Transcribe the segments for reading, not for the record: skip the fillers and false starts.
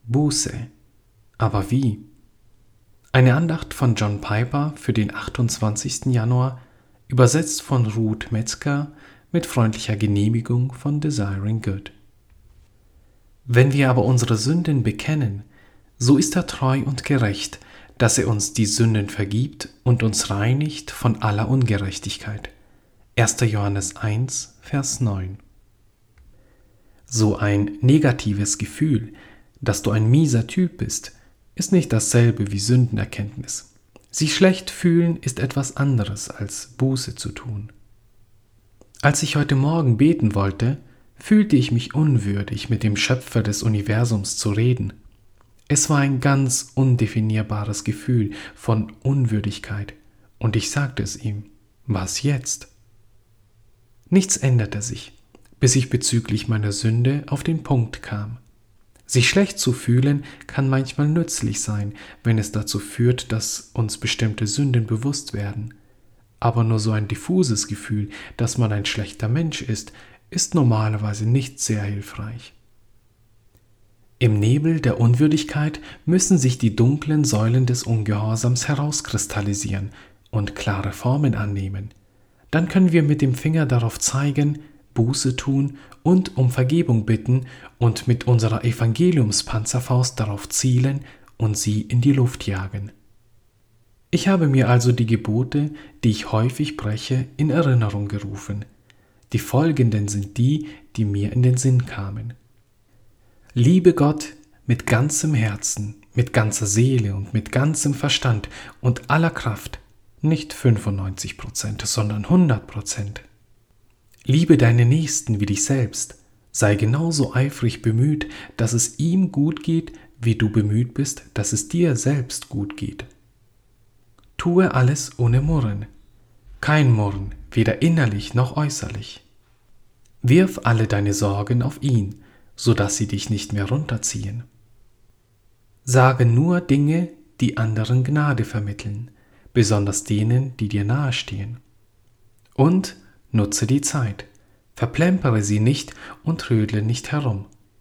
Buße. Aber wie? Eine Andacht von John Piper für den 28. Januar, übersetzt von Ruth Metzger mit freundlicher Genehmigung von Desiring Good. Wenn wir aber unsere Sünden bekennen, so ist er treu und gerecht, dass er uns die Sünden vergibt und uns reinigt von aller Ungerechtigkeit. 1. Johannes 1, Vers 9. So ein negatives Gefühl, dass du ein mieser Typ bist, ist nicht dasselbe wie Sündenerkenntnis. Sich schlecht fühlen ist etwas anderes als Buße zu tun. Als ich heute Morgen beten wollte, fühlte ich mich unwürdig, mit dem Schöpfer des Universums zu reden. Es war ein ganz undefinierbares Gefühl von Unwürdigkeit, und ich sagte es ihm: Was jetzt? Nichts änderte sich, bis ich bezüglich meiner Sünde auf den Punkt kam. Sich schlecht zu fühlen kann manchmal nützlich sein, wenn es dazu führt, dass uns bestimmte Sünden bewusst werden. Aber nur so ein diffuses Gefühl, dass man ein schlechter Mensch ist normalerweise nicht sehr hilfreich. Im Nebel der Unwürdigkeit müssen sich die dunklen Säulen des Ungehorsams herauskristallisieren und klare Formen annehmen. Dann können wir mit dem Finger darauf zeigen, Buße tun und um Vergebung bitten und mit unserer Evangeliumspanzerfaust darauf zielen und sie in die Luft jagen. Ich habe mir also die Gebote, die ich häufig breche, in Erinnerung gerufen. Die folgenden sind die, die mir in den Sinn kamen. Liebe Gott mit ganzem Herzen, mit ganzer Seele und mit ganzem Verstand und aller Kraft, nicht 95%, sondern 100%. Liebe deine Nächsten wie dich selbst, sei genauso eifrig bemüht, dass es ihm gut geht, wie du bemüht bist, dass es dir selbst gut geht. Tue alles ohne Murren. Kein Murren, weder innerlich noch äußerlich. Wirf alle deine Sorgen auf ihn, sodass sie dich nicht mehr runterziehen. Sage nur Dinge, die anderen Gnade vermitteln, besonders denen, die dir nahestehen. Und nutze die Zeit, verplempere sie nicht und trödle nicht herum.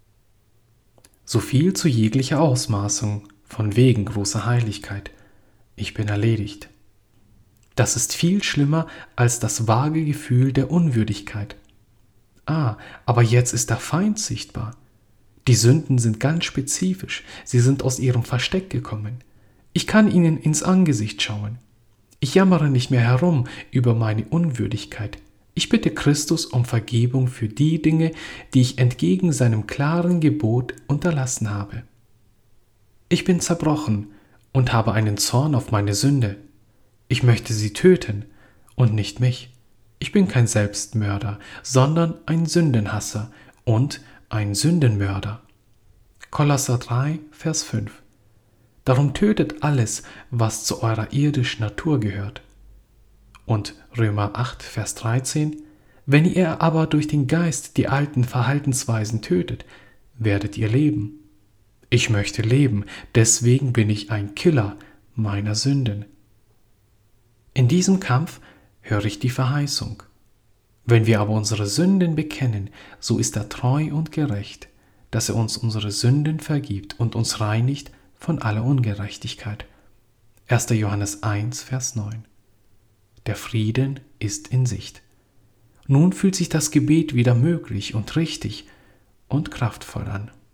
So viel zu jeglicher Ausmaßung, von wegen großer Heiligkeit. Ich bin erledigt. Das ist viel schlimmer als das vage Gefühl der Unwürdigkeit. Aber jetzt ist der Feind sichtbar. Die Sünden sind ganz spezifisch, sie sind aus ihrem Versteck gekommen. Ich kann ihnen ins Angesicht schauen. Ich jammere nicht mehr herum über meine Unwürdigkeit. Ich bitte Christus um Vergebung für die Dinge, die ich entgegen seinem klaren Gebot unterlassen habe. Ich bin zerbrochen und habe einen Zorn auf meine Sünde. Ich möchte sie töten und nicht mich. Ich bin kein Selbstmörder, sondern ein Sündenhasser und ein Sündenmörder. Kolosser 3, Vers 5. Darum tötet alles, was zu eurer irdischen Natur gehört. Und Römer 8, Vers 13. Wenn ihr aber durch den Geist die alten Verhaltensweisen tötet, werdet ihr leben. Ich möchte leben, deswegen bin ich ein Killer meiner Sünden. In diesem Kampf höre ich die Verheißung. Wenn wir aber unsere Sünden bekennen, so ist er treu und gerecht, dass er uns unsere Sünden vergibt und uns reinigt von aller Ungerechtigkeit. 1. Johannes 1, Vers 9. Der Frieden ist in Sicht. Nun fühlt sich das Gebet wieder möglich und richtig und kraftvoll an.